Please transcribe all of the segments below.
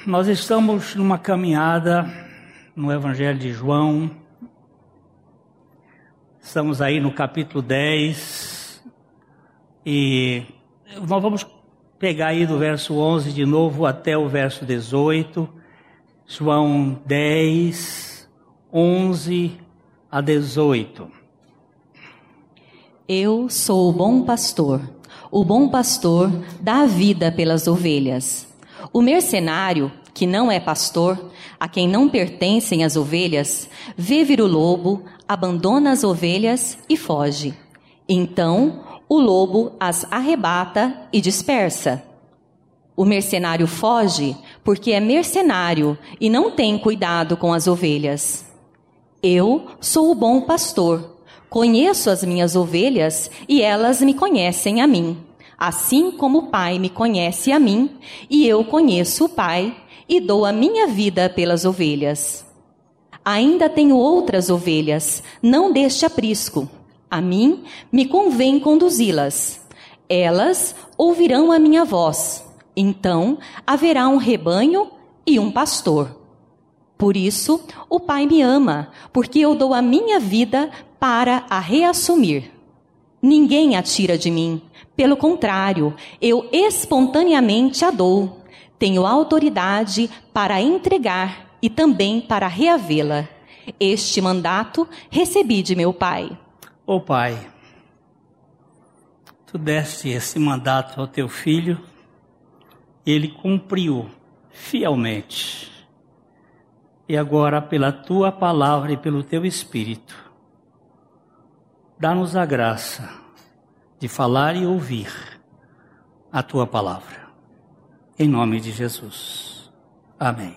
Nós estamos numa caminhada no Evangelho de João. Estamos aí no capítulo 10 e nós vamos pegar aí do verso 11 de novo até o verso 18. João 10, 11 a 18. Eu sou o bom pastor. O bom pastor dá a vida pelas ovelhas. O mercenário, que não é pastor, a quem não pertencem as ovelhas, vê vir o lobo, abandona as ovelhas e foge. Então, o lobo as arrebata e dispersa. O mercenário foge porque é mercenário e não tem cuidado com as ovelhas. Eu sou o bom pastor. Conheço as minhas ovelhas e elas me conhecem a mim. Assim como o Pai me conhece a mim, e eu conheço o Pai, e dou a minha vida pelas ovelhas. Ainda tenho outras ovelhas, não deste aprisco. A mim me convém conduzi-las. Elas ouvirão a minha voz. Então haverá um rebanho e um pastor. Por isso o Pai me ama, porque eu dou a minha vida para a reassumir. Ninguém a tira de mim. Pelo contrário, eu espontaneamente a dou. Tenho autoridade para entregar e também para reavê-la. Este mandato recebi de meu Pai. Ó Pai, Tu deste esse mandato ao Teu Filho, Ele cumpriu fielmente. E agora, pela Tua palavra e pelo Teu Espírito, dá-nos a graça de falar e ouvir a Tua palavra. Em nome de Jesus. Amém.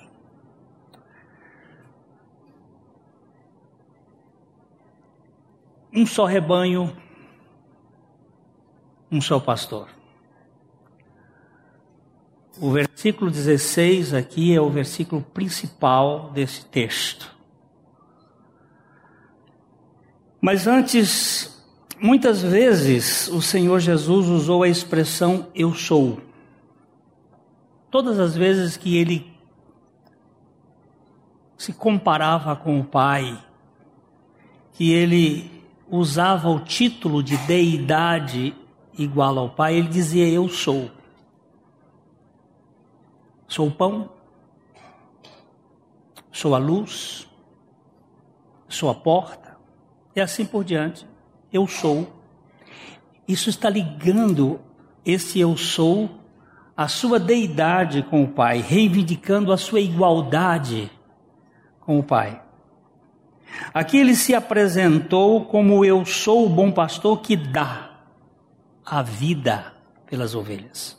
Um só rebanho, um só pastor. O versículo 16 aqui é o versículo principal desse texto. Mas antes, muitas vezes o Senhor Jesus usou a expressão eu sou. Todas as vezes que ele se comparava com o Pai, que ele usava o título de deidade igual ao Pai, ele dizia eu sou. Sou o pão, sou a luz, sou a porta, e assim por diante. Eu sou. Isso está ligando esse eu sou à sua deidade com o Pai, reivindicando a sua igualdade com o Pai. Aqui ele se apresentou como eu sou o bom pastor que dá a vida pelas ovelhas.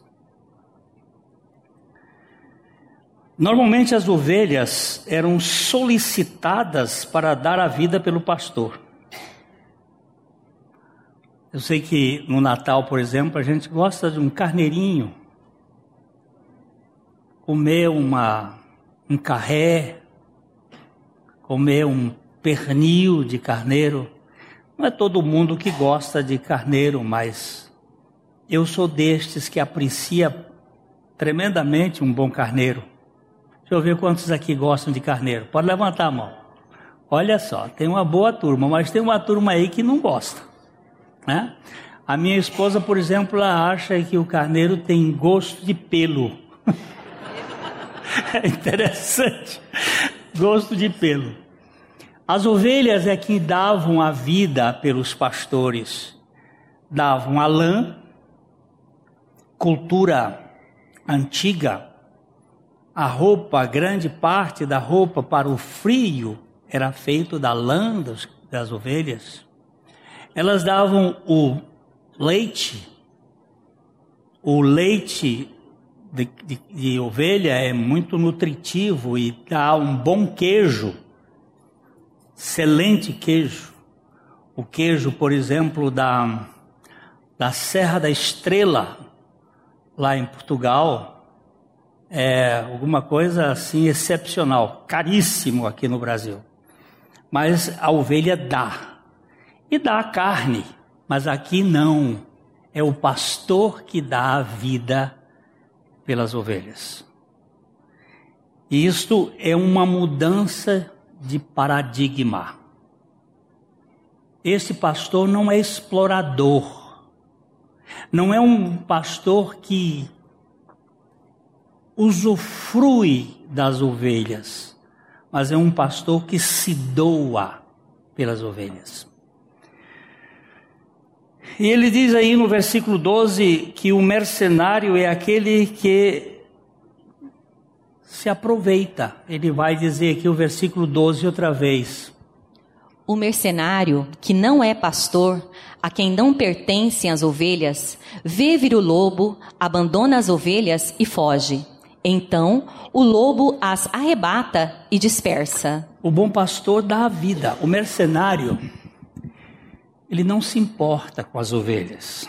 Normalmente as ovelhas eram solicitadas para dar a vida pelo pastor. Eu sei que no Natal, por exemplo, a gente gosta de um carneirinho, comer um carré, comer um pernil de carneiro. Não é todo mundo que gosta de carneiro, mas eu sou destes que aprecia tremendamente um bom carneiro. Deixa eu ver quantos aqui gostam de carneiro. Pode levantar a mão. Olha só, tem uma boa turma, mas tem uma turma aí que não gosta, né? A minha esposa, por exemplo, ela acha que o carneiro tem gosto de pelo. É interessante. Gosto de pelo. As ovelhas é que davam a vida pelos pastores. Davam a lã, cultura antiga. A roupa, grande parte da roupa para o frio era feito da lã das ovelhas. Elas davam o leite. O leite de ovelha é muito nutritivo e dá um bom queijo, excelente queijo. O queijo, por exemplo, da Serra da Estrela, lá em Portugal, é alguma coisa assim excepcional, caríssimo aqui no Brasil. Mas a ovelha dá, e dá a carne, mas aqui não, é o pastor que dá a vida pelas ovelhas. E isto é uma mudança de paradigma. Esse pastor não é explorador. Não é um pastor que usufrui das ovelhas, mas é um pastor que se doa pelas ovelhas. E ele diz aí no versículo 12 que o mercenário é aquele que se aproveita. Ele vai dizer aqui o versículo 12 outra vez. O mercenário, que não é pastor, a quem não pertencem as ovelhas, vê vir o lobo, abandona as ovelhas e foge. Então, o lobo as arrebata e dispersa. O bom pastor dá a vida. O mercenário, ele não se importa com as ovelhas.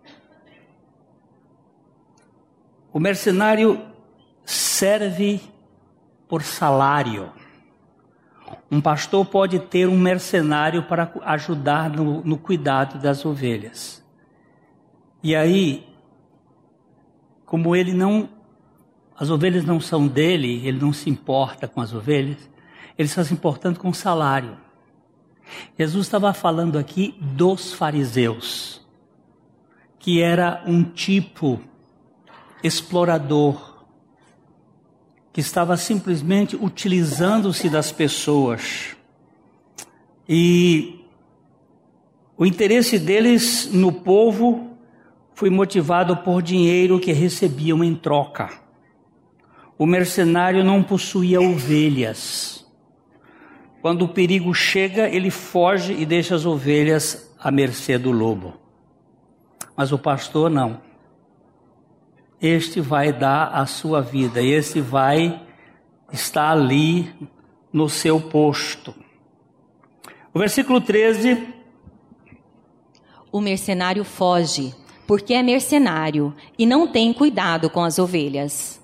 O mercenário serve por salário. Um pastor pode ter um mercenário para ajudar no cuidado das ovelhas. E aí, como as ovelhas não são dele, ele não se importa com as ovelhas, ele está se importando com o salário. Jesus estava falando aqui dos fariseus, que era um tipo explorador, que estava simplesmente utilizando-se das pessoas. E o interesse deles no povo foi motivado por dinheiro que recebiam em troca. O mercenário não possuía ovelhas. Quando o perigo chega, ele foge e deixa as ovelhas à mercê do lobo. Mas o pastor não. Este vai dar a sua vida, este vai estar ali no seu posto. O versículo 13. O mercenário foge, porque é mercenário e não tem cuidado com as ovelhas.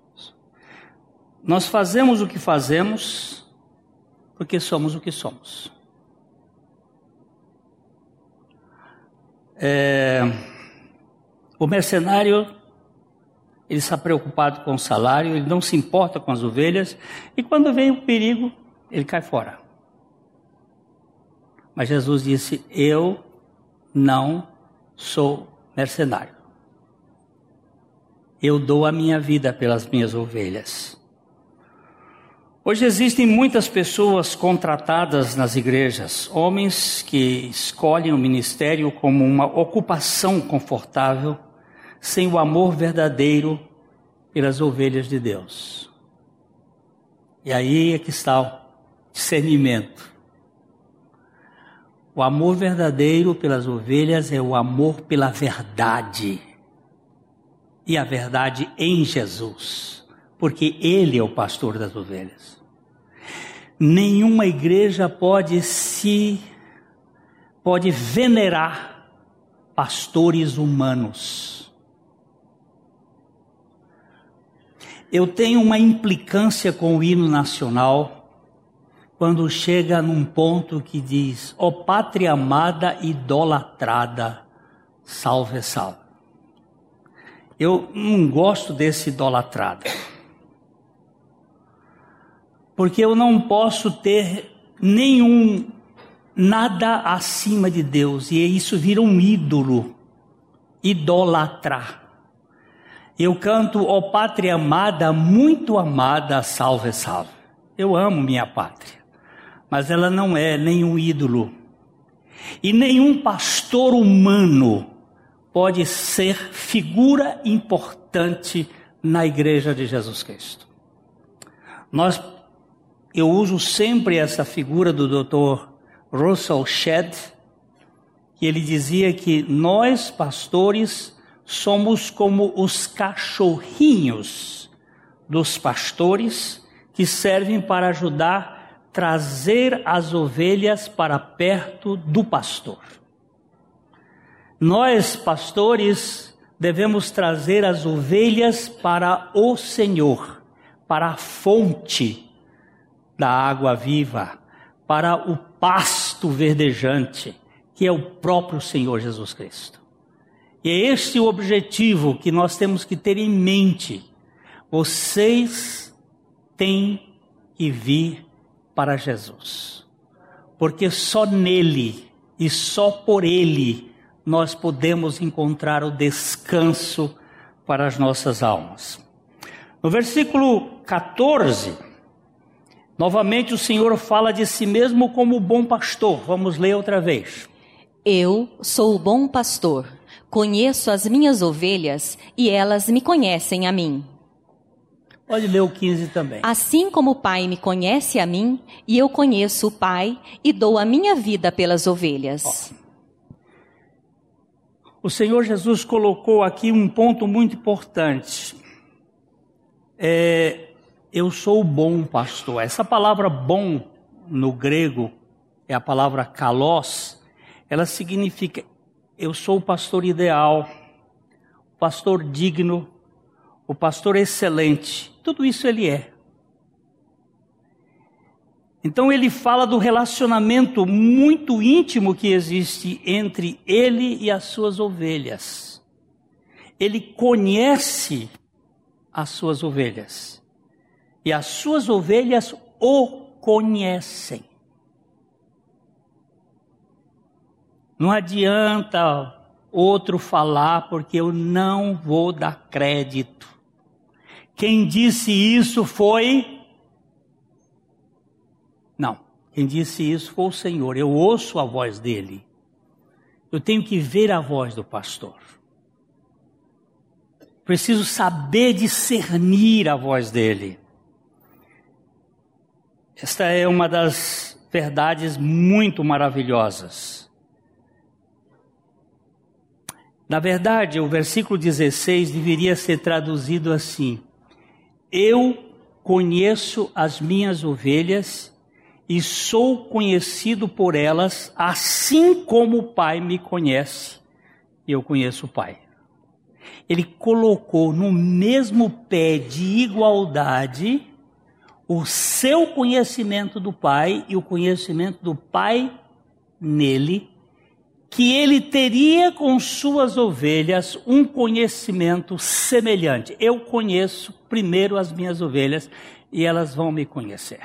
Nós fazemos o que fazemos porque somos o que somos. O mercenário, ele está preocupado com o salário, ele não se importa com as ovelhas, e quando vem o perigo, ele cai fora. Mas Jesus disse: eu não sou mercenário. Eu dou a minha vida pelas minhas ovelhas. Hoje existem muitas pessoas contratadas nas igrejas, homens que escolhem o ministério como uma ocupação confortável, sem o amor verdadeiro pelas ovelhas de Deus. E aí é que está o discernimento. O amor verdadeiro pelas ovelhas é o amor pela verdade. E a verdade em Jesus, porque Ele é o pastor das ovelhas. Nenhuma igreja pode venerar pastores humanos. Eu tenho uma implicância com o hino nacional quando chega num ponto que diz: ó pátria amada idolatrada, salve, salve. Eu não gosto desse idolatrada, porque eu não posso ter nada acima de Deus, e isso vira um ídolo, idolatrar. Eu canto, ó pátria amada, muito amada, salve, salve. Eu amo minha pátria, mas ela não é nenhum ídolo. E nenhum pastor humano pode ser figura importante na igreja de Jesus Cristo. Eu uso sempre essa figura do Dr. Russell Shedd, que ele dizia que nós, pastores, somos como os cachorrinhos dos pastores que servem para ajudar a trazer as ovelhas para perto do pastor. Nós, pastores, devemos trazer as ovelhas para o Senhor, para a fonte da água viva, para o pasto verdejante, que é o próprio Senhor Jesus Cristo. E é este o objetivo que nós temos que ter em mente. Vocês tem que vir para Jesus. Porque só nele e só por ele nós podemos encontrar o descanso para as nossas almas. No versículo 14, novamente o Senhor fala de si mesmo como o bom pastor. Vamos ler outra vez. Eu sou o bom pastor, conheço as minhas ovelhas e elas me conhecem a mim. Pode ler o 15 também. Assim como o Pai me conhece a mim, e eu conheço o Pai e dou a minha vida pelas ovelhas. O Senhor Jesus colocou aqui um ponto muito importante. Eu sou o bom pastor. Essa palavra bom no grego é a palavra kalos. Ela significa eu sou o pastor ideal, o pastor digno, o pastor excelente. Tudo isso ele é. Então ele fala do relacionamento muito íntimo que existe entre ele e as suas ovelhas. Ele conhece as suas ovelhas. E as suas ovelhas o conhecem. Não adianta outro falar, porque eu não vou dar crédito. Quem disse isso foi... Não, quem disse isso foi o Senhor. Eu ouço a voz dele. Eu tenho que ver a voz do pastor. Preciso saber discernir a voz dele. Esta é uma das verdades muito maravilhosas. Na verdade, o versículo 16 deveria ser traduzido assim: eu conheço as minhas ovelhas e sou conhecido por elas, assim como o Pai me conhece e eu conheço o Pai. Ele colocou no mesmo pé de igualdade o seu conhecimento do Pai e o conhecimento do Pai nele, que ele teria com suas ovelhas um conhecimento semelhante. Eu conheço primeiro as minhas ovelhas e elas vão me conhecer.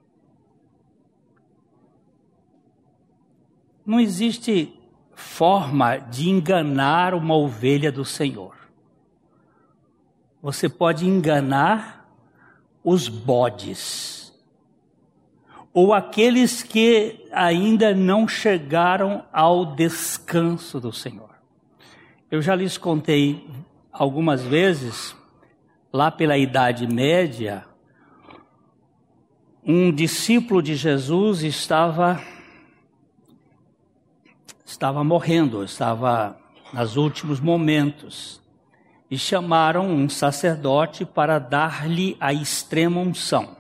Não existe forma de enganar uma ovelha do Senhor. Você pode enganar os bodes, ou aqueles que ainda não chegaram ao descanso do Senhor. Eu já lhes contei algumas vezes, lá pela Idade Média, um discípulo de Jesus estava morrendo, estava nos últimos momentos. E chamaram um sacerdote para dar-lhe a extrema unção.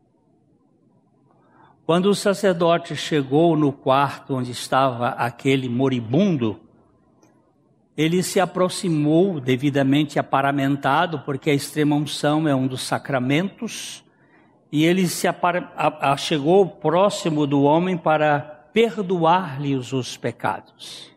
Quando o sacerdote chegou no quarto onde estava aquele moribundo, ele se aproximou, devidamente aparamentado, porque a extrema unção é um dos sacramentos, e ele se chegou próximo do homem para perdoar-lhe os pecados.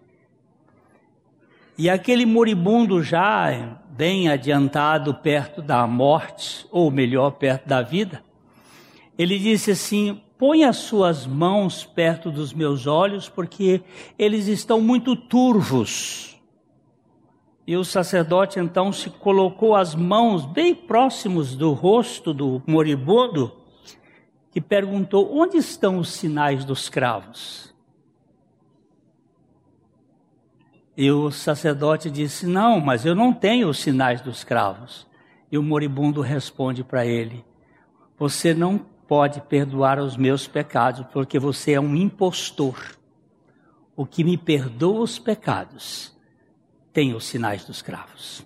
E aquele moribundo já bem adiantado perto da morte, ou melhor, perto da vida, ele disse assim: põe as suas mãos perto dos meus olhos, porque eles estão muito turvos. E o sacerdote então se colocou as mãos bem próximos do rosto do moribundo, que perguntou: onde estão os sinais dos cravos? E o sacerdote disse: não, mas eu não tenho os sinais dos cravos. E o moribundo responde para ele: você não pode perdoar os meus pecados, porque você é um impostor. O que me perdoa os pecados tem os sinais dos cravos.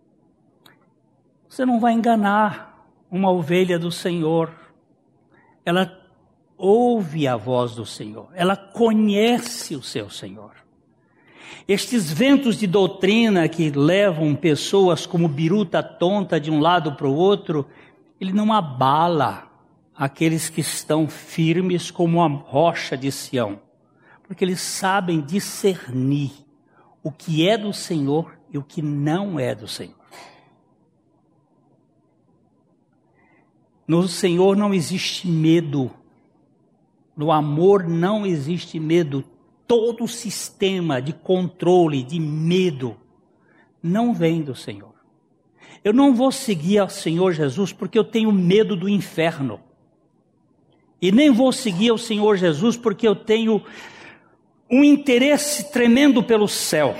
Você não vai enganar uma ovelha do Senhor. Ela ouve a voz do Senhor, ela conhece o seu Senhor. Estes ventos de doutrina que levam pessoas como biruta tonta de um lado para o outro, ele não abala aqueles que estão firmes como a rocha de Sião, porque eles sabem discernir o que é do Senhor e o que não é do Senhor. No Senhor não existe medo. No amor não existe medo. Todo sistema de controle, de medo, não vem do Senhor. Eu não vou seguir ao Senhor Jesus porque eu tenho medo do inferno. E nem vou seguir ao Senhor Jesus porque eu tenho um interesse tremendo pelo céu.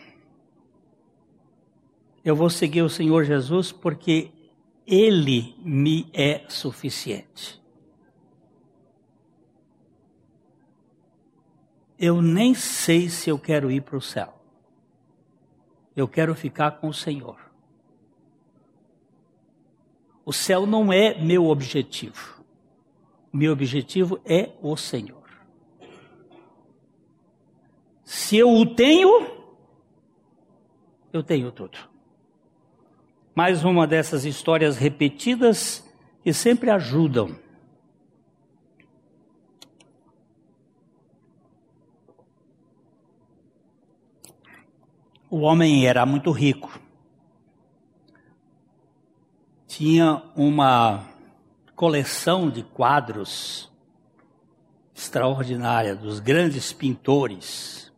Eu vou seguir o Senhor Jesus porque Ele me é suficiente. Eu nem sei se eu quero ir para o céu. Eu quero ficar com o Senhor. O céu não é meu objetivo. Meu objetivo é o Senhor. Se eu o tenho, eu tenho tudo. Mais uma dessas histórias repetidas que sempre ajudam. O homem era muito rico. Tinha uma coleção de quadros extraordinária dos grandes pintores.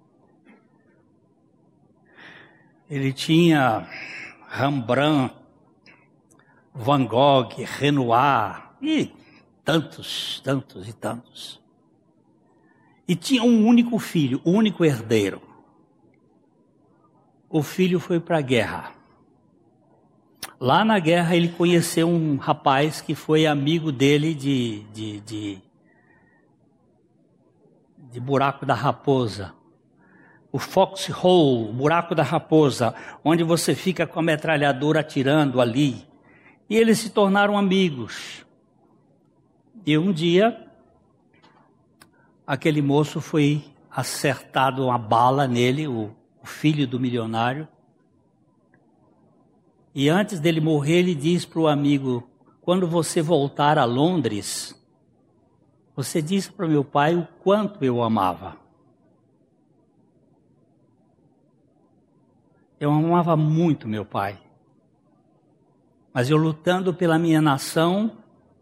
Ele tinha Rembrandt, Van Gogh, Renoir e tantos. E tinha um único filho, um único herdeiro. O filho foi para a guerra. Lá na guerra ele conheceu um rapaz que foi amigo dele de buraco da raposa. O foxhole, o buraco da raposa, onde você fica com a metralhadora atirando ali. E eles se tornaram amigos. E um dia, aquele moço foi acertado uma bala nele, o filho do milionário. E antes dele morrer, ele diz para o amigo: quando você voltar a Londres, você diz para meu pai o quanto eu o amava. Eu amava muito meu pai. Mas eu lutando pela minha nação,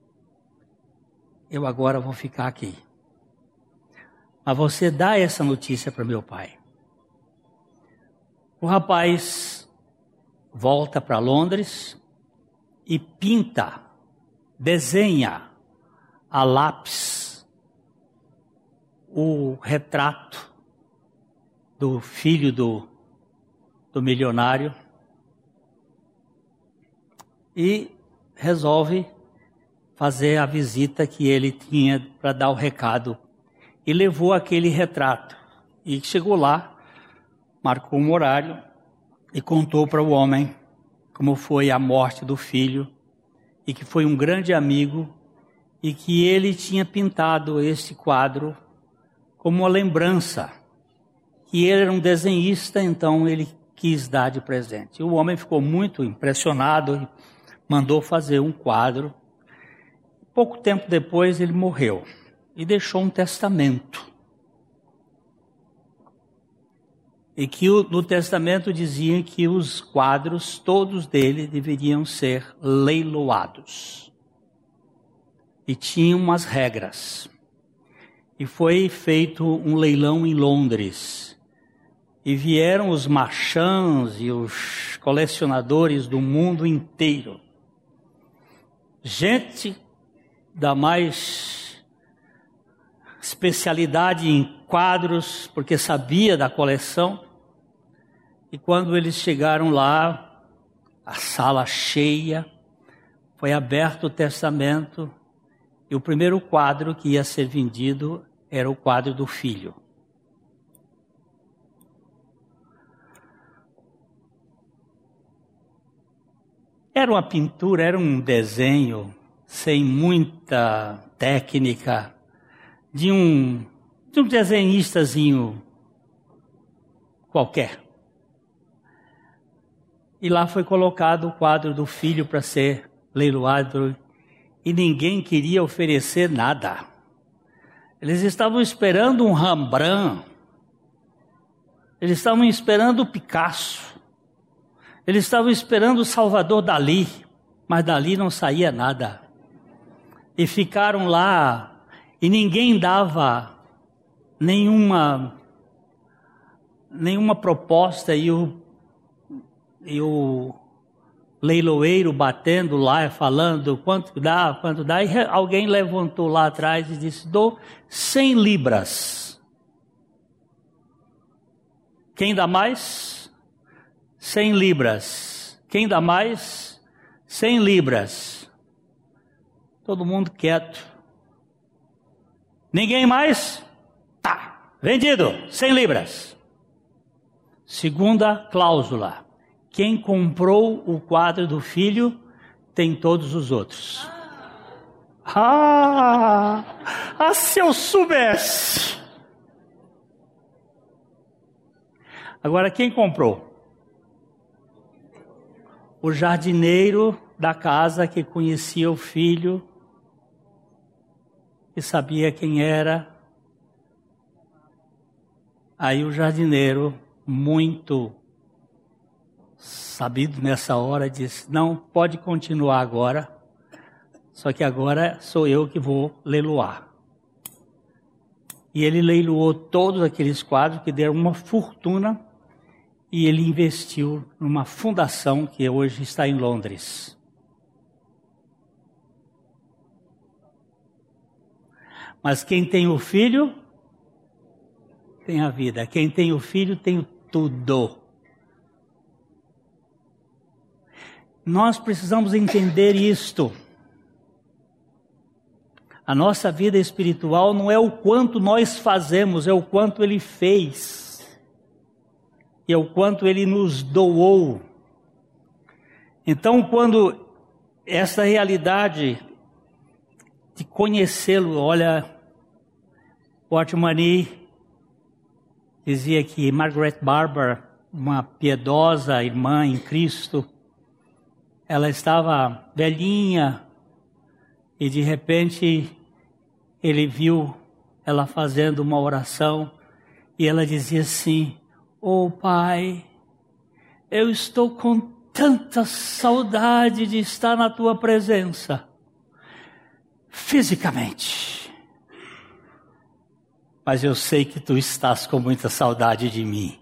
eu agora vou ficar aqui. Mas você dá essa notícia para meu pai. O rapaz volta para Londres e pinta, desenha a lápis o retrato do filho do milionário e resolve fazer a visita que ele tinha para dar o recado. E levou aquele retrato. E chegou lá, marcou um horário e contou para o homem como foi a morte do filho e que foi um grande amigo e que ele tinha pintado esse quadro como uma lembrança. Que ele era um desenhista, então ele quis dar de presente. E o homem ficou muito impressionado e mandou fazer um quadro. Pouco tempo depois ele morreu e deixou um testamento. E que no testamento dizia que os quadros, todos dele, deveriam ser leiloados. E tinha umas regras. E foi feito um leilão em Londres. E vieram os marchands e os colecionadores do mundo inteiro. Gente da mais especialidade em quadros, porque sabia da coleção. E quando eles chegaram lá, a sala cheia, foi aberto o testamento, e o primeiro quadro que ia ser vendido era o quadro do filho. Era uma pintura, era um desenho sem muita técnica, de um desenhistazinho qualquer. E lá foi colocado o quadro do filho para ser leiloado e ninguém queria oferecer nada. Eles estavam esperando um Rembrandt, eles estavam esperando o Picasso, eles estavam esperando o Salvador Dalí, mas dali não saía nada. e ficaram lá, e ninguém dava nenhuma proposta, e o leiloeiro batendo lá, falando quanto dá, e alguém levantou lá atrás e disse: dou 100 libras. Quem dá mais? 100 libras. Quem dá mais? 100 libras. Todo mundo quieto. Ninguém mais? Tá, vendido, 100 libras. Segunda cláusula: quem comprou o quadro do filho tem todos os outros. Se eu soubesse! Agora, quem comprou? O jardineiro da casa que conhecia o filho, que sabia quem era. Aí o jardineiro, muito sabido nessa hora, disse: não, pode continuar agora, só que agora sou eu que vou leiloar. E ele leiloou todos aqueles quadros que deram uma fortuna, e ele investiu numa fundação que hoje está em Londres. Mas quem tem o filho, tem a vida. Quem tem o filho, tem tudo. Nós precisamos entender isto. A nossa vida espiritual não é o quanto nós fazemos, é o quanto Ele fez. E é o quanto Ele nos doou. Então, quando essa realidade de conhecê-lo, olha, Watchman dizia que Margaret Barber, uma piedosa irmã em Cristo, ela estava velhinha e de repente ele viu ela fazendo uma oração e ela dizia assim: oh Pai, eu estou com tanta saudade de estar na Tua presença, fisicamente, mas eu sei que Tu estás com muita saudade de mim.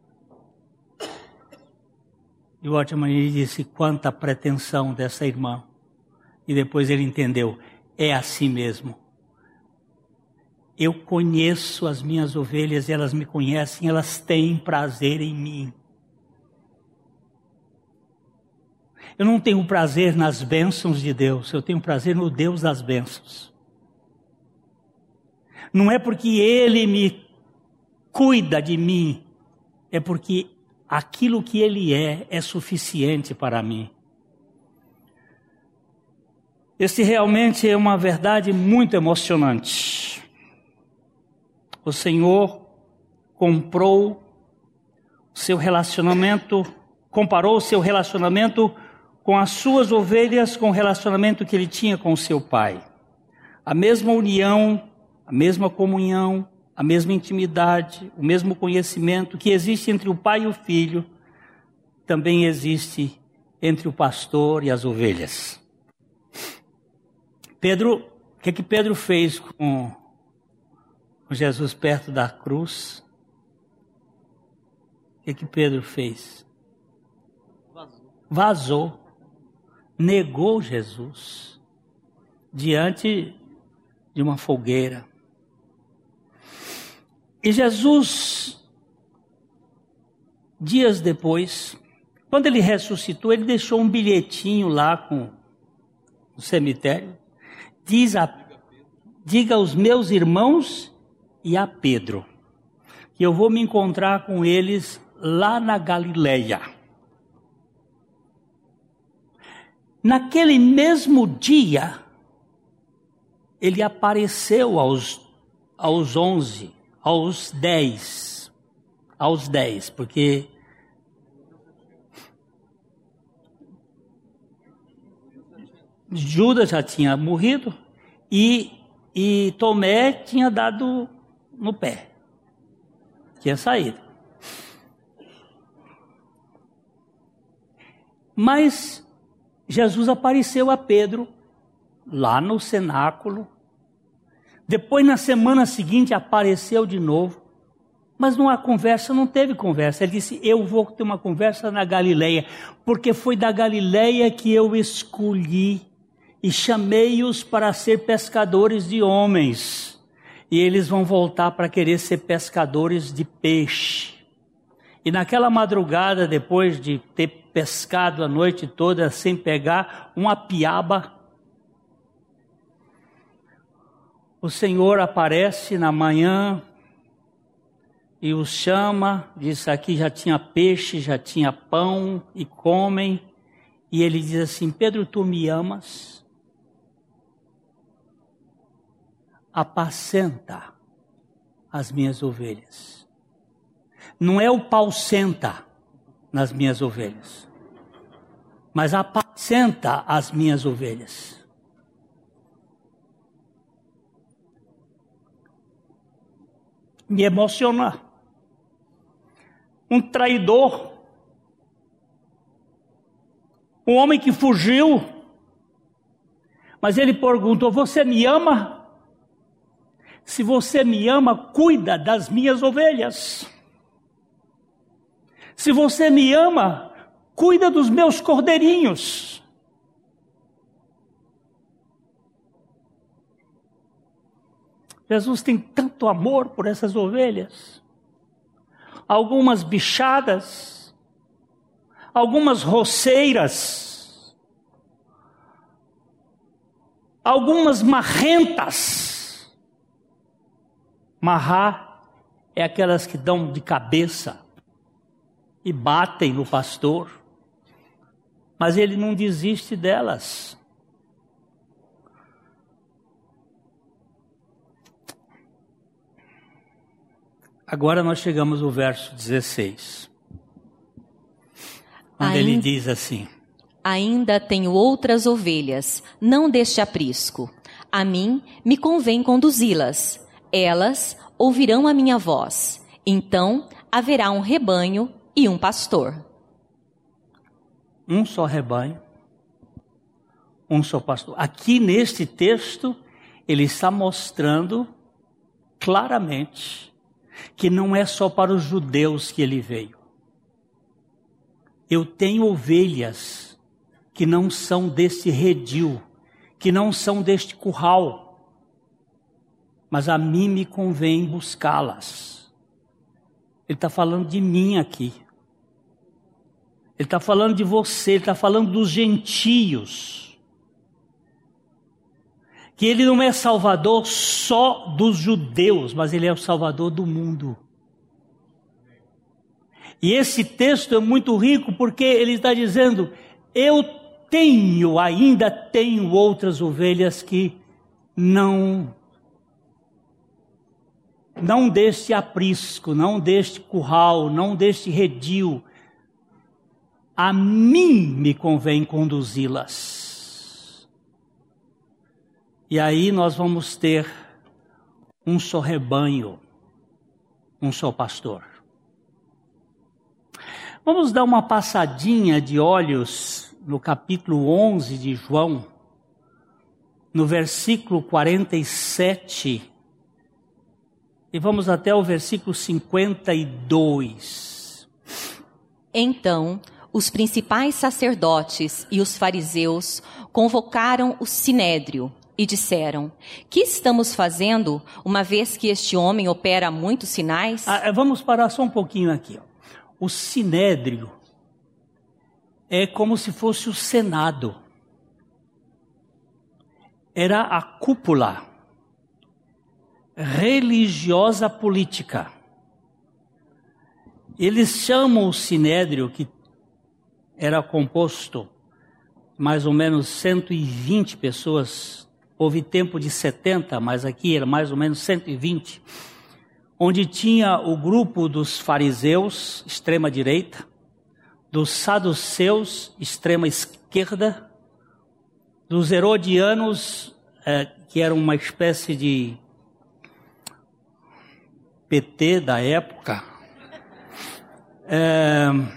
E o Watchman disse: quanta pretensão dessa irmã. E depois ele entendeu: é assim mesmo. Eu conheço as minhas ovelhas, elas me conhecem, elas têm prazer em mim. Eu não tenho prazer nas bênçãos de Deus, eu tenho prazer no Deus das bênçãos. Não é porque Ele me cuida de mim, é porque aquilo que Ele é suficiente para mim. Esse realmente é uma verdade muito emocionante. O Senhor comparou o seu relacionamento com as suas ovelhas, com o relacionamento que ele tinha com o seu pai. A mesma união, a mesma comunhão, a mesma intimidade, o mesmo conhecimento que existe entre o pai e o filho, também existe entre o pastor e as ovelhas. Pedro, o que Pedro fez com Jesus perto da cruz? O que Pedro fez? Vazou. Negou Jesus diante de uma fogueira. E Jesus, dias depois, quando ele ressuscitou, ele deixou um bilhetinho lá no cemitério. Diga aos meus irmãos e a Pedro que eu vou me encontrar com eles lá na Galileia. Naquele mesmo dia, ele apareceu aos 11, aos 10, porque Judas já tinha morrido e Tomé tinha dado no pé, tinha saído. Mas Jesus apareceu a Pedro lá no cenáculo. Depois, na semana seguinte, apareceu de novo. Mas não teve conversa. Ele disse, eu vou ter uma conversa na Galileia, porque foi da Galileia que eu escolhi e chamei-os para ser pescadores de homens. E eles vão voltar para querer ser pescadores de peixe. E naquela madrugada, depois de ter pescado a noite toda sem pegar uma piaba, o Senhor aparece na manhã e os chama, diz, aqui já tinha peixe, já tinha pão, e comem. E ele diz assim, Pedro, tu me amas? Apacenta as minhas ovelhas. Não é o pau senta nas minhas ovelhas, mas apacenta as minhas ovelhas. Me emociona. Um traidor, um homem que fugiu, mas ele perguntou, você me ama? Se você me ama, cuida das minhas ovelhas. Se você me ama, cuida dos meus cordeirinhos. Jesus tem tanto amor por essas ovelhas. Algumas bichadas, algumas roceiras, algumas marrentas. Marrá é aquelas que dão de cabeça e batem no pastor, mas ele não desiste delas. Agora nós chegamos ao verso 16, onde ele diz assim, ainda tenho outras ovelhas, não deste aprisco. A mim me convém conduzi-las. Elas ouvirão a minha voz. Então haverá um rebanho e um pastor. Um só rebanho, um só pastor. Aqui neste texto, ele está mostrando claramente que não é só para os judeus que ele veio. Eu tenho ovelhas que não são deste redil, que não são deste curral, mas a mim me convém buscá-las. Ele está falando de mim aqui. Ele está falando de você, ele está falando dos gentios. Que ele não é salvador só dos judeus, mas ele é o salvador do mundo. E esse texto é muito rico porque ele está dizendo, ainda tenho outras ovelhas que não deste aprisco, não deste curral, não deste redil. A mim me convém conduzi-las. E aí nós vamos ter um só rebanho, um só pastor. Vamos dar uma passadinha de olhos no capítulo 11 de João, no versículo 47, e vamos até o versículo 52. Então, os principais sacerdotes e os fariseus convocaram o sinédrio e disseram: que estamos fazendo, uma vez que este homem opera muitos sinais? Vamos parar só um pouquinho aqui. O sinédrio é como se fosse o Senado. Era a cúpula religiosa política. Eles chamam o sinédrio, que era composto mais ou menos 120 pessoas, houve tempo de 70, mas aqui era mais ou menos 120, onde tinha o grupo dos fariseus, extrema direita, dos saduceus, extrema esquerda, dos herodianos, que era uma espécie de PT da época.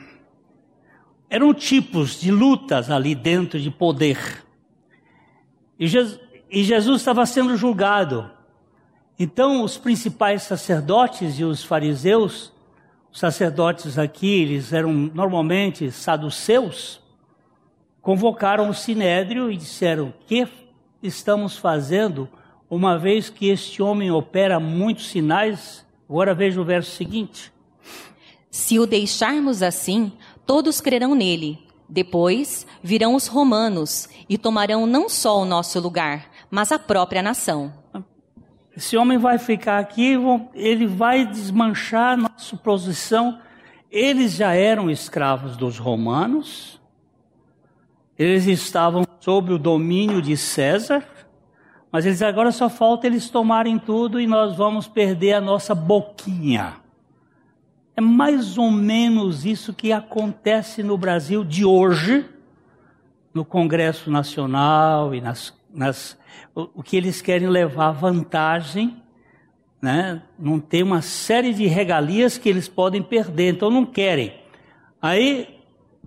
Eram tipos de lutas ali dentro de poder. E Jesus estava sendo julgado. Então os principais sacerdotes e os fariseus, os sacerdotes aqui, eles eram normalmente saduceus, convocaram o sinédrio e disseram: o que estamos fazendo, uma vez que este homem opera muitos sinais? Agora veja o verso seguinte. Se o deixarmos assim, todos crerão nele. Depois virão os romanos e tomarão não só o nosso lugar, mas a própria nação. Esse homem vai ficar aqui, ele vai desmanchar a nossa posição. Eles já eram escravos dos romanos, eles estavam sob o domínio de César, mas eles agora só falta eles tomarem tudo e nós vamos perder a nossa boquinha. É mais ou menos isso que acontece no Brasil de hoje, no Congresso Nacional e o que eles querem levar vantagem, né? Não tem uma série de regalias que eles podem perder, então não querem. Aí,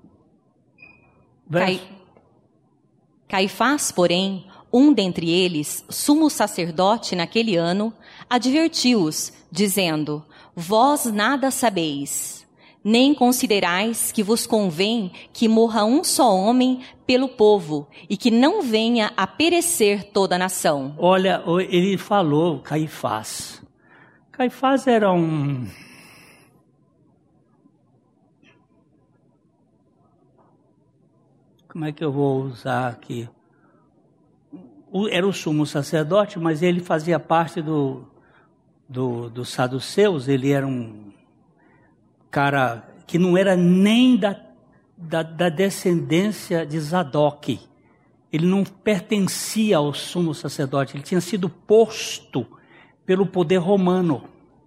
Caifás, porém, um dentre eles, sumo sacerdote naquele ano, advertiu-os, dizendo: vós nada sabeis, nem considerais que vos convém que morra um só homem pelo povo, e que não venha a perecer toda a nação. Olha, ele falou Caifás. Caifás era como é que eu vou usar aqui? Era o sumo sacerdote, mas ele fazia parte dos saduceus. Ele era um cara que não era nem da descendência de Zadok. Ele não pertencia ao sumo sacerdote, ele tinha sido posto pelo poder romano.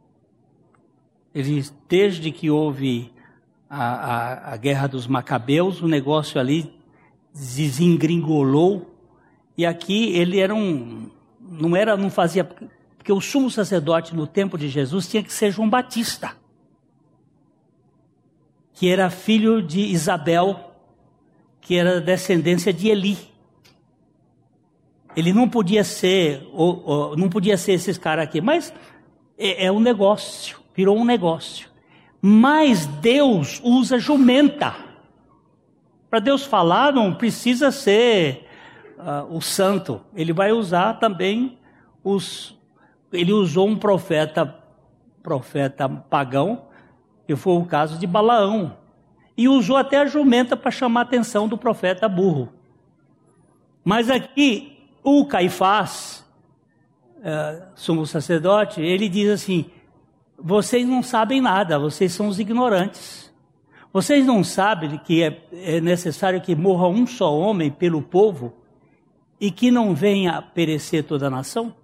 Ele, desde que houve a guerra dos Macabeus, o negócio ali desengringolou, e aqui ele era não fazia, porque o sumo sacerdote no tempo de Jesus tinha que ser João Batista, que era filho de Isabel, que era descendência de Eli. Ele não podia ser, não podia ser esses caras aqui, mas é um negócio, virou um negócio. Mas Deus usa jumenta. Para Deus falar não precisa ser o santo. Ele vai usar também ele usou um profeta pagão, que foi o caso de Balaão, e usou até a jumenta para chamar a atenção do profeta burro. Mas aqui o Caifás, sumo sacerdote, ele diz assim: vocês não sabem nada, vocês são os ignorantes. Vocês não sabem que é necessário que morra um só homem pelo povo e que não venha a perecer toda a nação?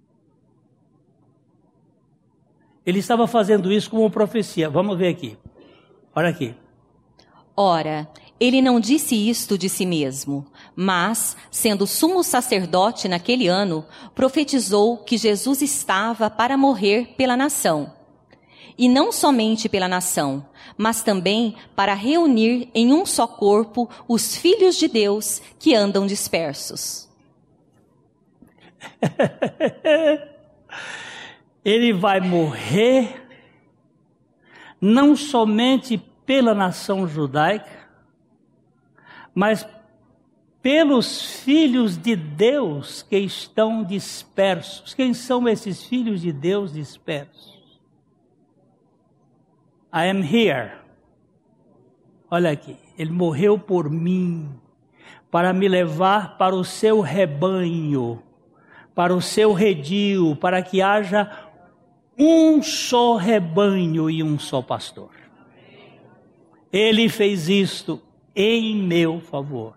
Ele estava fazendo isso como profecia. Vamos ver aqui. Olha aqui. Ora, ele não disse isto de si mesmo, mas, sendo sumo sacerdote naquele ano, profetizou que Jesus estava para morrer pela nação. E não somente pela nação, mas também para reunir em um só corpo os filhos de Deus que andam dispersos. Ele vai morrer não somente pela nação judaica, mas pelos filhos de Deus que estão dispersos. Quem são esses filhos de Deus dispersos? I am here. Olha aqui, ele morreu por mim, para me levar para o seu rebanho, para o seu redil, para que haja um só rebanho e um só pastor. Ele fez isto em meu favor.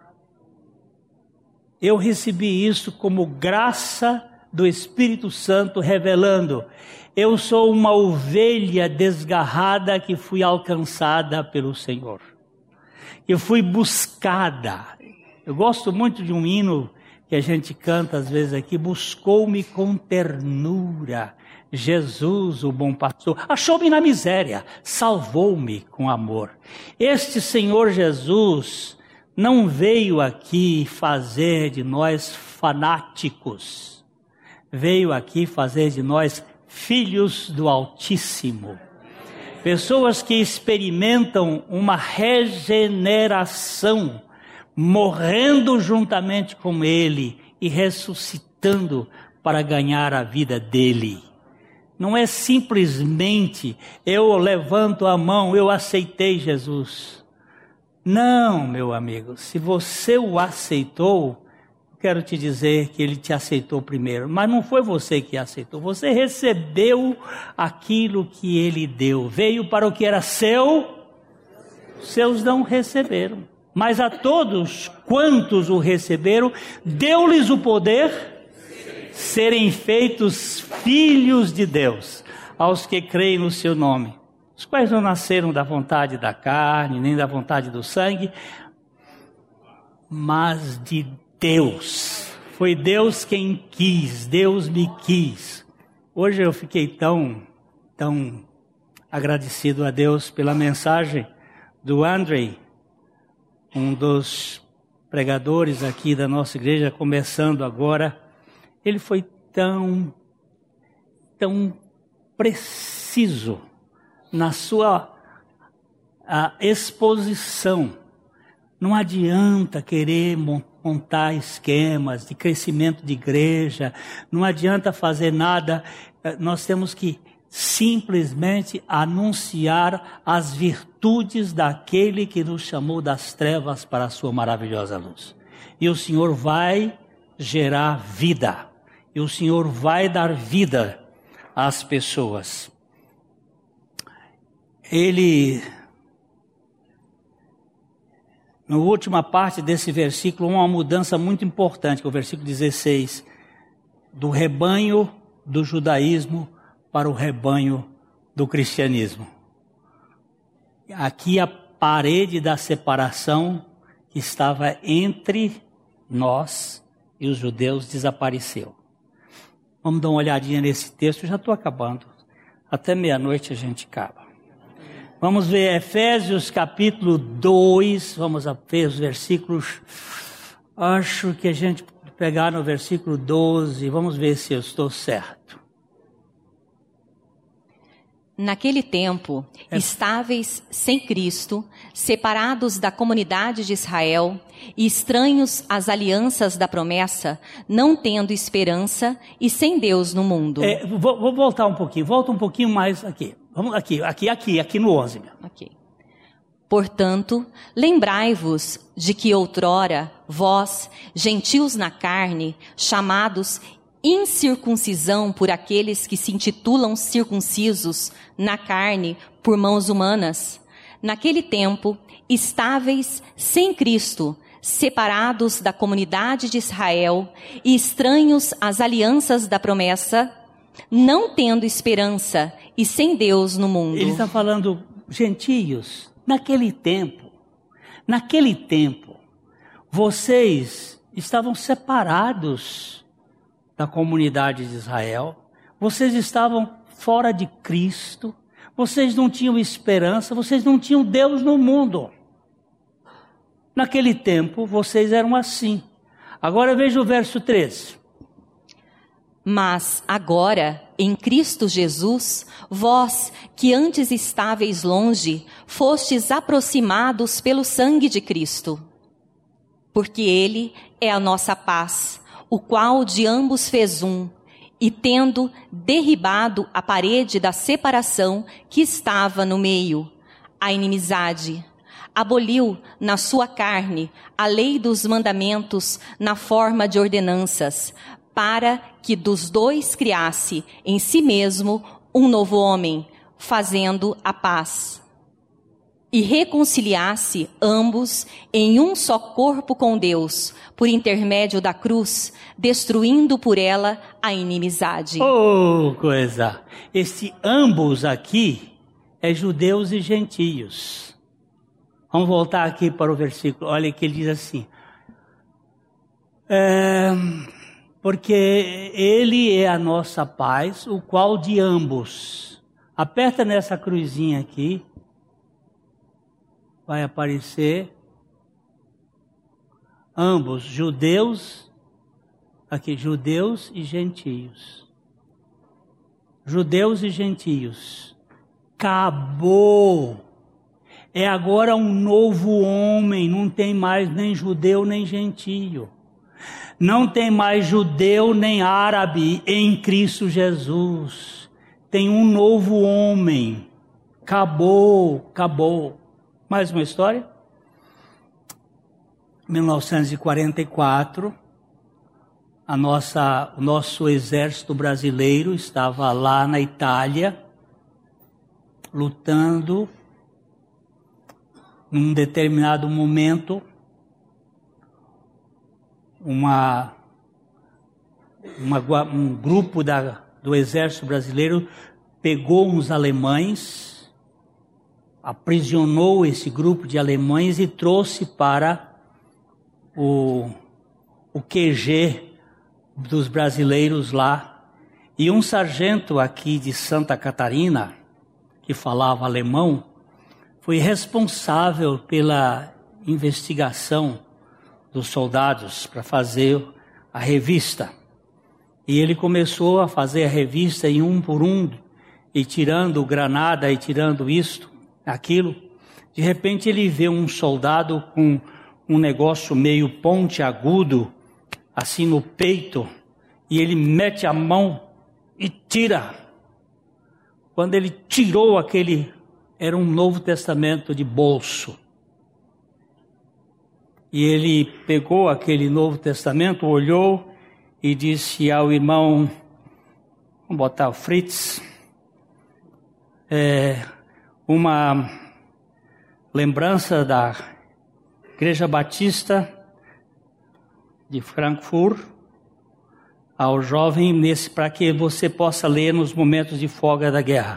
Eu recebi isso como graça do Espírito Santo, revelando: eu sou uma ovelha desgarrada que fui alcançada pelo Senhor. Eu fui buscada. Eu gosto muito de um hino que a gente canta às vezes aqui: buscou-me com ternura, Jesus, o bom pastor, achou-me na miséria, salvou-me com amor. Este Senhor Jesus não veio aqui fazer de nós fanáticos. Veio aqui fazer de nós filhos do Altíssimo. Pessoas que experimentam uma regeneração, morrendo juntamente com Ele e ressuscitando para ganhar a vida dele. Não é simplesmente eu levanto a mão, eu aceitei Jesus. Não, meu amigo, se você o aceitou, quero te dizer que ele te aceitou primeiro, mas não foi você que aceitou, você recebeu aquilo que ele deu, veio para o que era seu, seus não receberam, mas a todos quantos o receberam, deu-lhes o poder serem feitos filhos de Deus, aos que creem no seu nome, os quais não nasceram da vontade da carne, nem da vontade do sangue, mas de Deus. Foi Deus quem quis, Deus me quis. Hoje eu fiquei tão agradecido a Deus pela mensagem do Andrei, um dos pregadores aqui da nossa igreja, começando agora. Ele foi tão preciso na sua exposição. Não adianta querer montar esquemas de crescimento de igreja, não adianta fazer nada, nós temos que simplesmente anunciar as virtudes daquele que nos chamou das trevas para a sua maravilhosa luz. E o Senhor vai gerar vida, e o Senhor vai dar vida às pessoas. Na última parte desse versículo, uma mudança muito importante, que é o versículo 16, do rebanho do judaísmo para o rebanho do cristianismo. Aqui a parede da separação que estava entre nós e os judeus desapareceu. Vamos dar uma olhadinha nesse texto, já estou acabando. Até meia-noite a gente acaba. Vamos ver Efésios capítulo 2, vamos ver os versículos, acho que a gente pegar no versículo 12, vamos ver se eu estou certo. Naquele tempo, estáveis sem Cristo, separados da comunidade de Israel e estranhos às alianças da promessa, não tendo esperança e sem Deus no mundo. Vou voltar um pouquinho, volta um pouquinho mais aqui. Vamos aqui no 11 mesmo. Okay. Portanto, lembrai-vos de que outrora, vós, gentios na carne, chamados incircuncisão por aqueles que se intitulam circuncisos na carne por mãos humanas, naquele tempo, estáveis sem Cristo, separados da comunidade de Israel e estranhos às alianças da promessa, não tendo esperança e sem Deus no mundo. Ele está falando, gentios, naquele tempo, vocês estavam separados da comunidade de Israel, vocês estavam fora de Cristo, vocês não tinham esperança, vocês não tinham Deus no mundo. Naquele tempo, vocês eram assim. Agora veja o verso 13. Mas agora, em Cristo Jesus, vós, que antes estáveis longe, fostes aproximados pelo sangue de Cristo. Porque Ele é a nossa paz, o qual de ambos fez um, e tendo derribado a parede da separação que estava no meio, a inimizade, aboliu na sua carne a lei dos mandamentos na forma de ordenanças, para que dos dois criasse em si mesmo um novo homem, fazendo a paz. E reconciliasse ambos em um só corpo com Deus, por intermédio da cruz, destruindo por ela a inimizade. Oh, coisa! Esse ambos aqui é judeus e gentios. Vamos voltar aqui para o versículo. Olha que ele diz assim. Porque Ele é a nossa paz, o qual de ambos. Aperta nessa cruzinha aqui. Vai aparecer. ambos, judeus e gentios. Judeus e gentios. Acabou. É agora um novo homem, não tem mais nem judeu nem gentio. Não tem mais judeu nem árabe em Cristo Jesus. Tem um novo homem. Acabou. Mais uma história? 1944, o nosso exército brasileiro estava lá na Itália, lutando. Num determinado momento, um grupo do exército brasileiro pegou uns alemães, aprisionou esse grupo de alemães e trouxe para o QG dos brasileiros lá. E um sargento aqui de Santa Catarina, que falava alemão, foi responsável pela investigação dos soldados para fazer a revista. E ele começou a fazer a revista em um por um, e tirando granada e tirando isto, aquilo. De repente ele vê um soldado com um negócio meio pontiagudo, assim no peito, e ele mete a mão e tira. Quando ele tirou era um Novo Testamento de bolso. E ele pegou aquele Novo Testamento, olhou e disse ao irmão, vamos botar o Fritz, uma lembrança da Igreja Batista de Frankfurt ao jovem, para que você possa ler nos momentos de folga da guerra.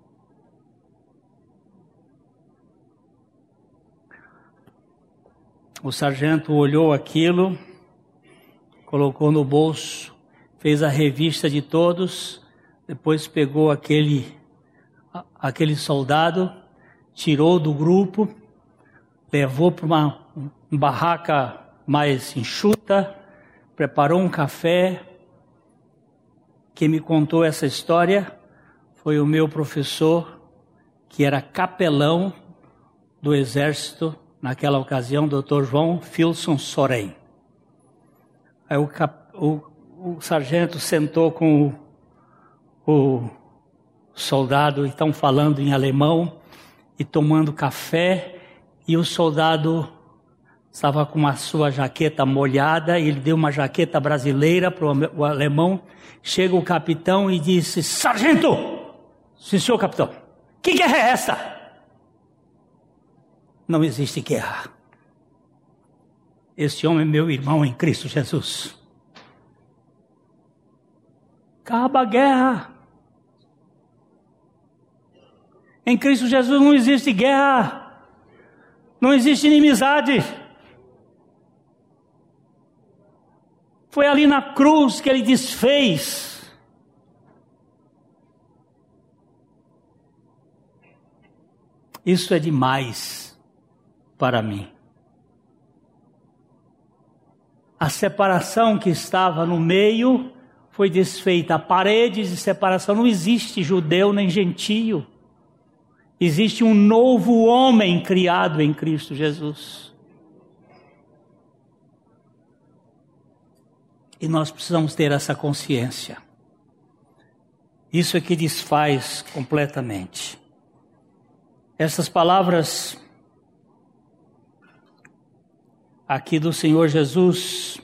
O sargento olhou aquilo, colocou no bolso, fez a revista de todos, depois pegou aquele soldado, tirou do grupo, levou para uma barraca mais enxuta, preparou um café. Quem me contou essa história foi o meu professor, que era capelão do exército naquela ocasião, Dr. João Filson Soren. Aí o sargento sentou com o soldado, e estão falando em alemão e tomando café, e o soldado estava com a sua jaqueta molhada, e ele deu uma jaqueta brasileira para o alemão. Chega o capitão e disse: sargento! Sim, senhor capitão. Que guerra é essa? Não existe guerra. Este homem é meu irmão em Cristo Jesus. Acaba a guerra. Em Cristo Jesus não existe guerra. Não existe inimizade. Foi ali na cruz que ele desfez. Isso é demais para mim. A separação que estava no meio foi desfeita. A parede de separação, não existe judeu nem gentio. Existe um novo homem criado em Cristo Jesus. E nós precisamos ter essa consciência. Isso é que desfaz completamente. Essas palavras aqui do Senhor Jesus,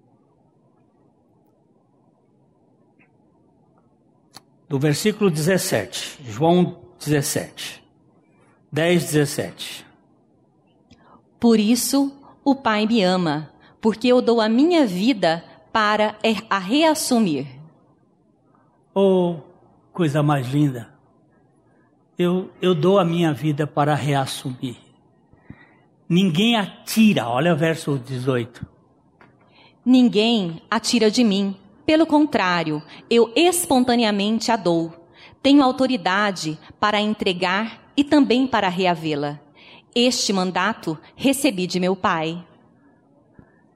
do versículo 17, João 17, 10, 17. Por isso o Pai me ama, porque eu dou a minha vida para a reassumir. Oh, coisa mais linda. Eu dou a minha vida para reassumir. Ninguém atira, olha o verso 18. Ninguém atira de mim, pelo contrário, eu espontaneamente a dou. Tenho autoridade para entregar e também para reavê-la. Este mandato recebi de meu Pai.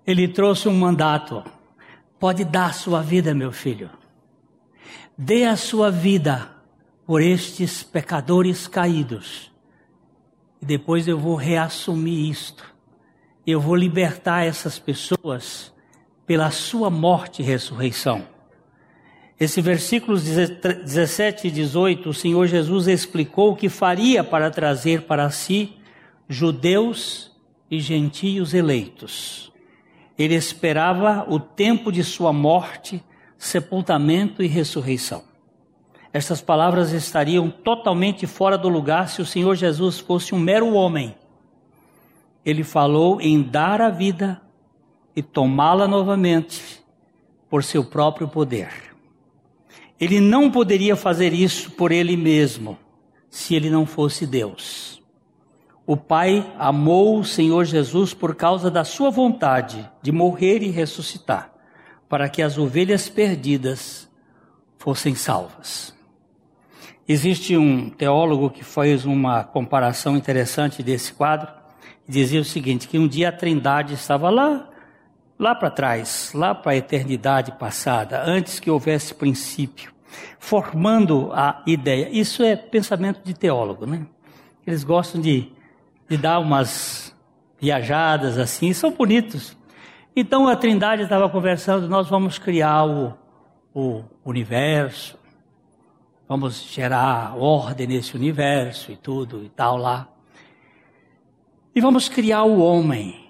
Ele trouxe um mandato. Pode dar a sua vida, meu filho. Dê a sua vida por estes pecadores caídos. E depois eu vou reassumir isto. Eu vou libertar essas pessoas pela sua morte e ressurreição. Esse versículos 17 e 18, o Senhor Jesus explicou o que faria para trazer para si judeus e gentios eleitos. Ele esperava o tempo de sua morte, sepultamento e ressurreição. Estas palavras estariam totalmente fora do lugar se o Senhor Jesus fosse um mero homem. Ele falou em dar a vida e tomá-la novamente por seu próprio poder. Ele não poderia fazer isso por ele mesmo, se ele não fosse Deus. O Pai amou o Senhor Jesus por causa da sua vontade de morrer e ressuscitar, para que as ovelhas perdidas fossem salvas. Existe um teólogo que fez uma comparação interessante desse quadro, e dizia o seguinte, que um dia a Trindade estava lá para trás, lá para a eternidade passada, antes que houvesse princípio, formando a ideia. Isso é pensamento de teólogo, né? Eles gostam de dar umas viajadas assim, são bonitos. Então a Trindade estava conversando, nós vamos criar o universo, vamos gerar ordem nesse universo e tudo e tal lá. E vamos criar o homem.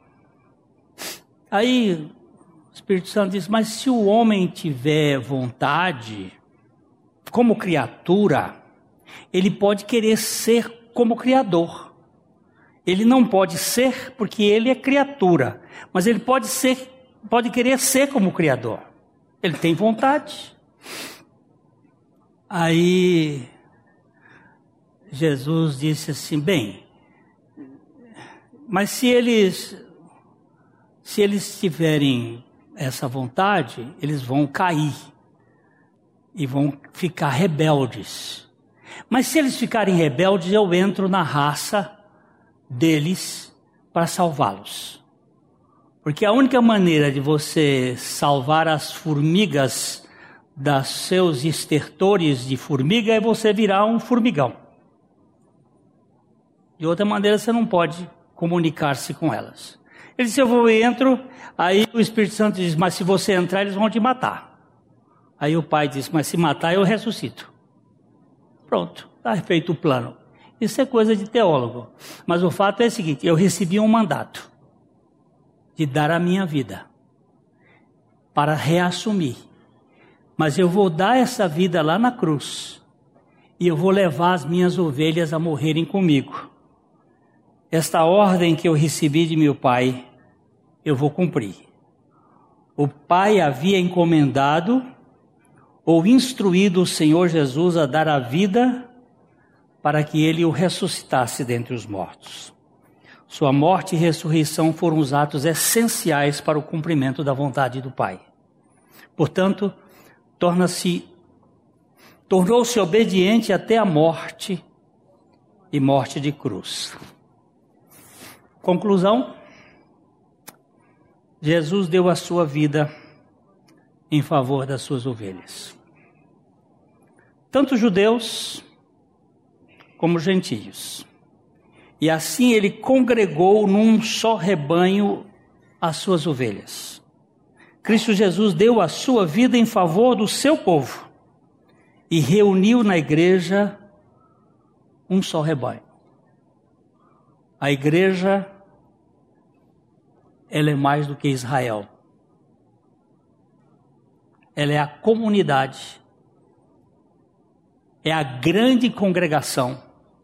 Aí o Espírito Santo diz, mas se o homem tiver vontade, como criatura, ele pode querer ser como criador. Ele não pode ser porque ele é criatura, mas ele pode querer ser como criador. Ele tem vontade. Aí Jesus disse assim, bem, mas se eles tiverem essa vontade, eles vão cair e vão ficar rebeldes. Mas se eles ficarem rebeldes, eu entro na raça deles para salvá-los. Porque a única maneira de você salvar as formigas dos seus estertores de formiga é você virar um formigão. De outra maneira você não pode comunicar-se com elas. Ele disse, eu entro, aí o Espírito Santo diz, mas se você entrar, eles vão te matar. Aí o pai diz, mas se matar, eu ressuscito. Pronto, está feito o plano. Isso é coisa de teólogo. Mas o fato é o seguinte, eu recebi um mandato de dar a minha vida para reassumir. Mas eu vou dar essa vida lá na cruz e eu vou levar as minhas ovelhas a morrerem comigo. Esta ordem que eu recebi de meu pai, eu vou cumprir. O pai havia encomendado ou instruído o Senhor Jesus a dar a vida para que ele o ressuscitasse dentre os mortos. Sua morte e ressurreição foram os atos essenciais para o cumprimento da vontade do Pai. Portanto, tornou-se obediente até a morte e morte de cruz. Conclusão, Jesus deu a sua vida em favor das suas ovelhas. Tanto judeus como gentios. E assim ele congregou num só rebanho as suas ovelhas. Cristo Jesus deu a sua vida em favor do seu povo e reuniu na igreja um só rebanho. A igreja, ela é mais do que Israel. Ela é a comunidade, é a grande congregação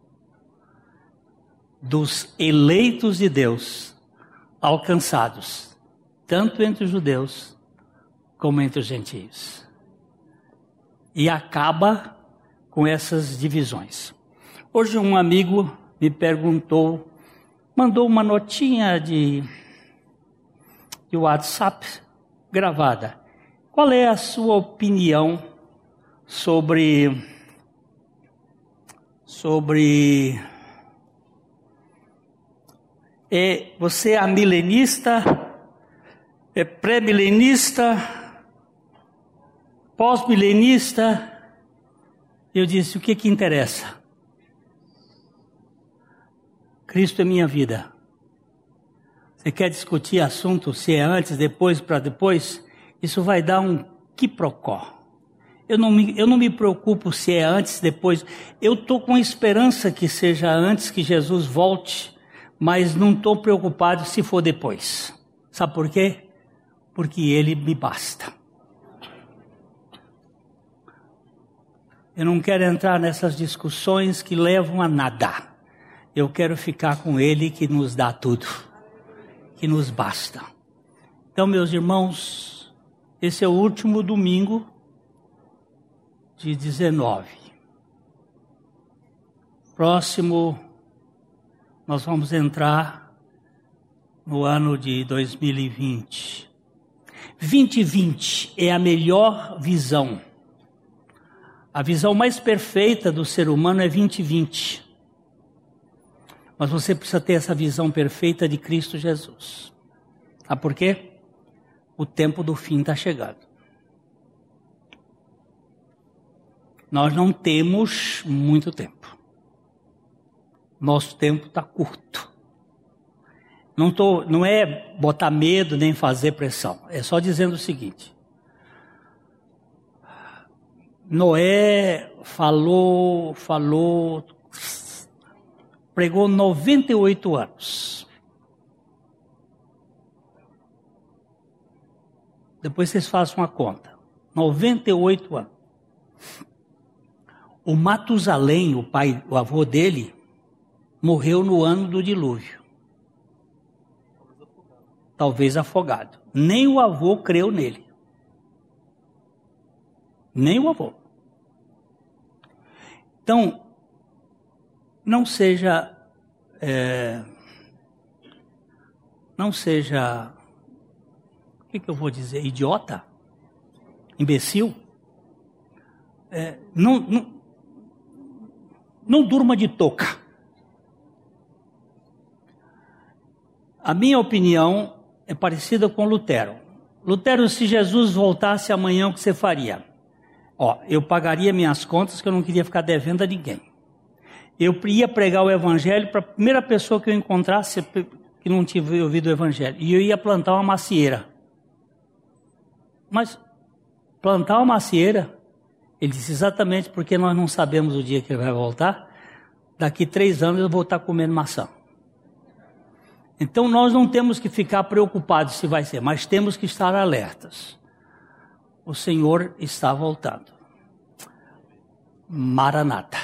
dos eleitos de Deus, alcançados, tanto entre os judeus como entre os gentios. E acaba com essas divisões. Hoje um amigo me perguntou, mandou uma notinha de WhatsApp gravada. Qual é a sua opinião sobre você é amilenista pré-milenista, pós-milenista. Eu disse, o que interessa? Cristo é minha vida. Você quer discutir assunto, se é antes, depois, para depois? Isso vai dar um quiprocó. Eu não me preocupo se é antes, depois. Eu estou com esperança que seja antes, que Jesus volte, mas não estou preocupado se for depois. Sabe por quê? Porque Ele me basta. Eu não quero entrar nessas discussões que levam a nada. Eu quero ficar com Ele que nos dá tudo, que nos basta. Então, meus irmãos, esse é o último domingo de 19. Próximo, nós vamos entrar no ano de 2020. 2020 é a melhor visão. A visão mais perfeita do ser humano é 2020. Mas você precisa ter essa visão perfeita de Cristo Jesus. Sabe por quê? O tempo do fim está chegando. Nós não temos muito tempo. Nosso tempo está curto. Não é botar medo nem fazer pressão. É só dizendo o seguinte. Noé falou, pregou 98 anos. Depois vocês façam uma conta. 98 anos. O Matusalém, o avô dele, morreu no ano do dilúvio. Talvez afogado. Nem o avô creu nele. Nem o avô. Então, não seja, o que eu vou dizer, idiota, imbecil. Não durma de touca. A minha opinião é parecida com Lutero. Lutero, se Jesus voltasse amanhã, o que você faria? Eu pagaria minhas contas, que eu não queria ficar devendo a ninguém. Eu ia pregar o evangelho para a primeira pessoa que eu encontrasse que não tinha ouvido o evangelho. E eu ia plantar uma macieira. Mas plantar uma macieira, ele disse, exatamente porque nós não sabemos o dia que ele vai voltar. Daqui 3 anos eu vou estar comendo maçã. Então nós não temos que ficar preocupados se vai ser, mas temos que estar alertas. O Senhor está voltando. Maranata.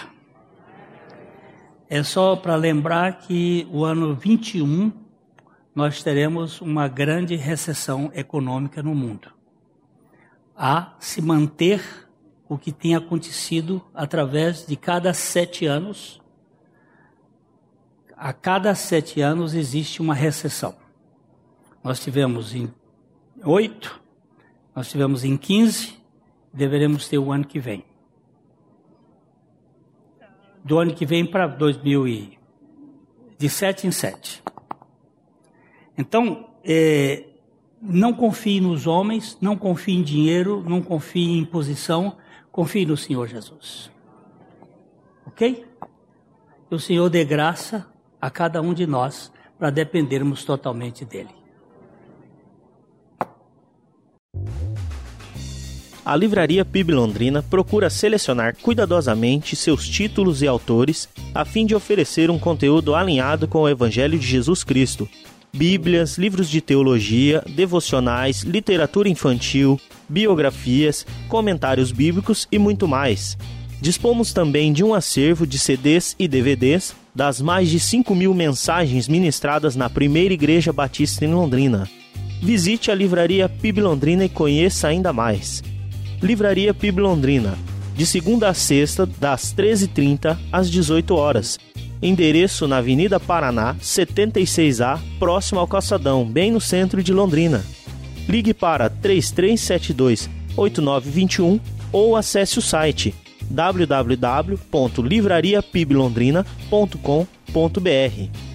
É só para lembrar que o ano 21 nós teremos uma grande recessão econômica no mundo. A se manter o que tem acontecido através de cada 7 anos. A cada 7 anos existe uma recessão. Nós tivemos em 8, nós tivemos em 15, deveremos ter o ano que vem. Do ano que vem para 2000 de 7 em 7. Então, não confie nos homens, não confie em dinheiro, não confie em posição, confie no Senhor Jesus. Ok? Que o Senhor dê graça a cada um de nós para dependermos totalmente dele. A Livraria PIB Londrina procura selecionar cuidadosamente seus títulos e autores a fim de oferecer um conteúdo alinhado com o Evangelho de Jesus Cristo. Bíblias, livros de teologia, devocionais, literatura infantil, biografias, comentários bíblicos e muito mais. Dispomos também de um acervo de CDs e DVDs das mais de 5.000 mensagens ministradas na Primeira Igreja Batista em Londrina. Visite a Livraria PIB Londrina e conheça ainda mais. Livraria PIB Londrina, de segunda a sexta, das 13h30 às 18 horas. Endereço na Avenida Paraná, 76A, próximo ao Calçadão, bem no centro de Londrina. Ligue para 3372-8921 ou acesse o site www.livrariapiblondrina.com.br.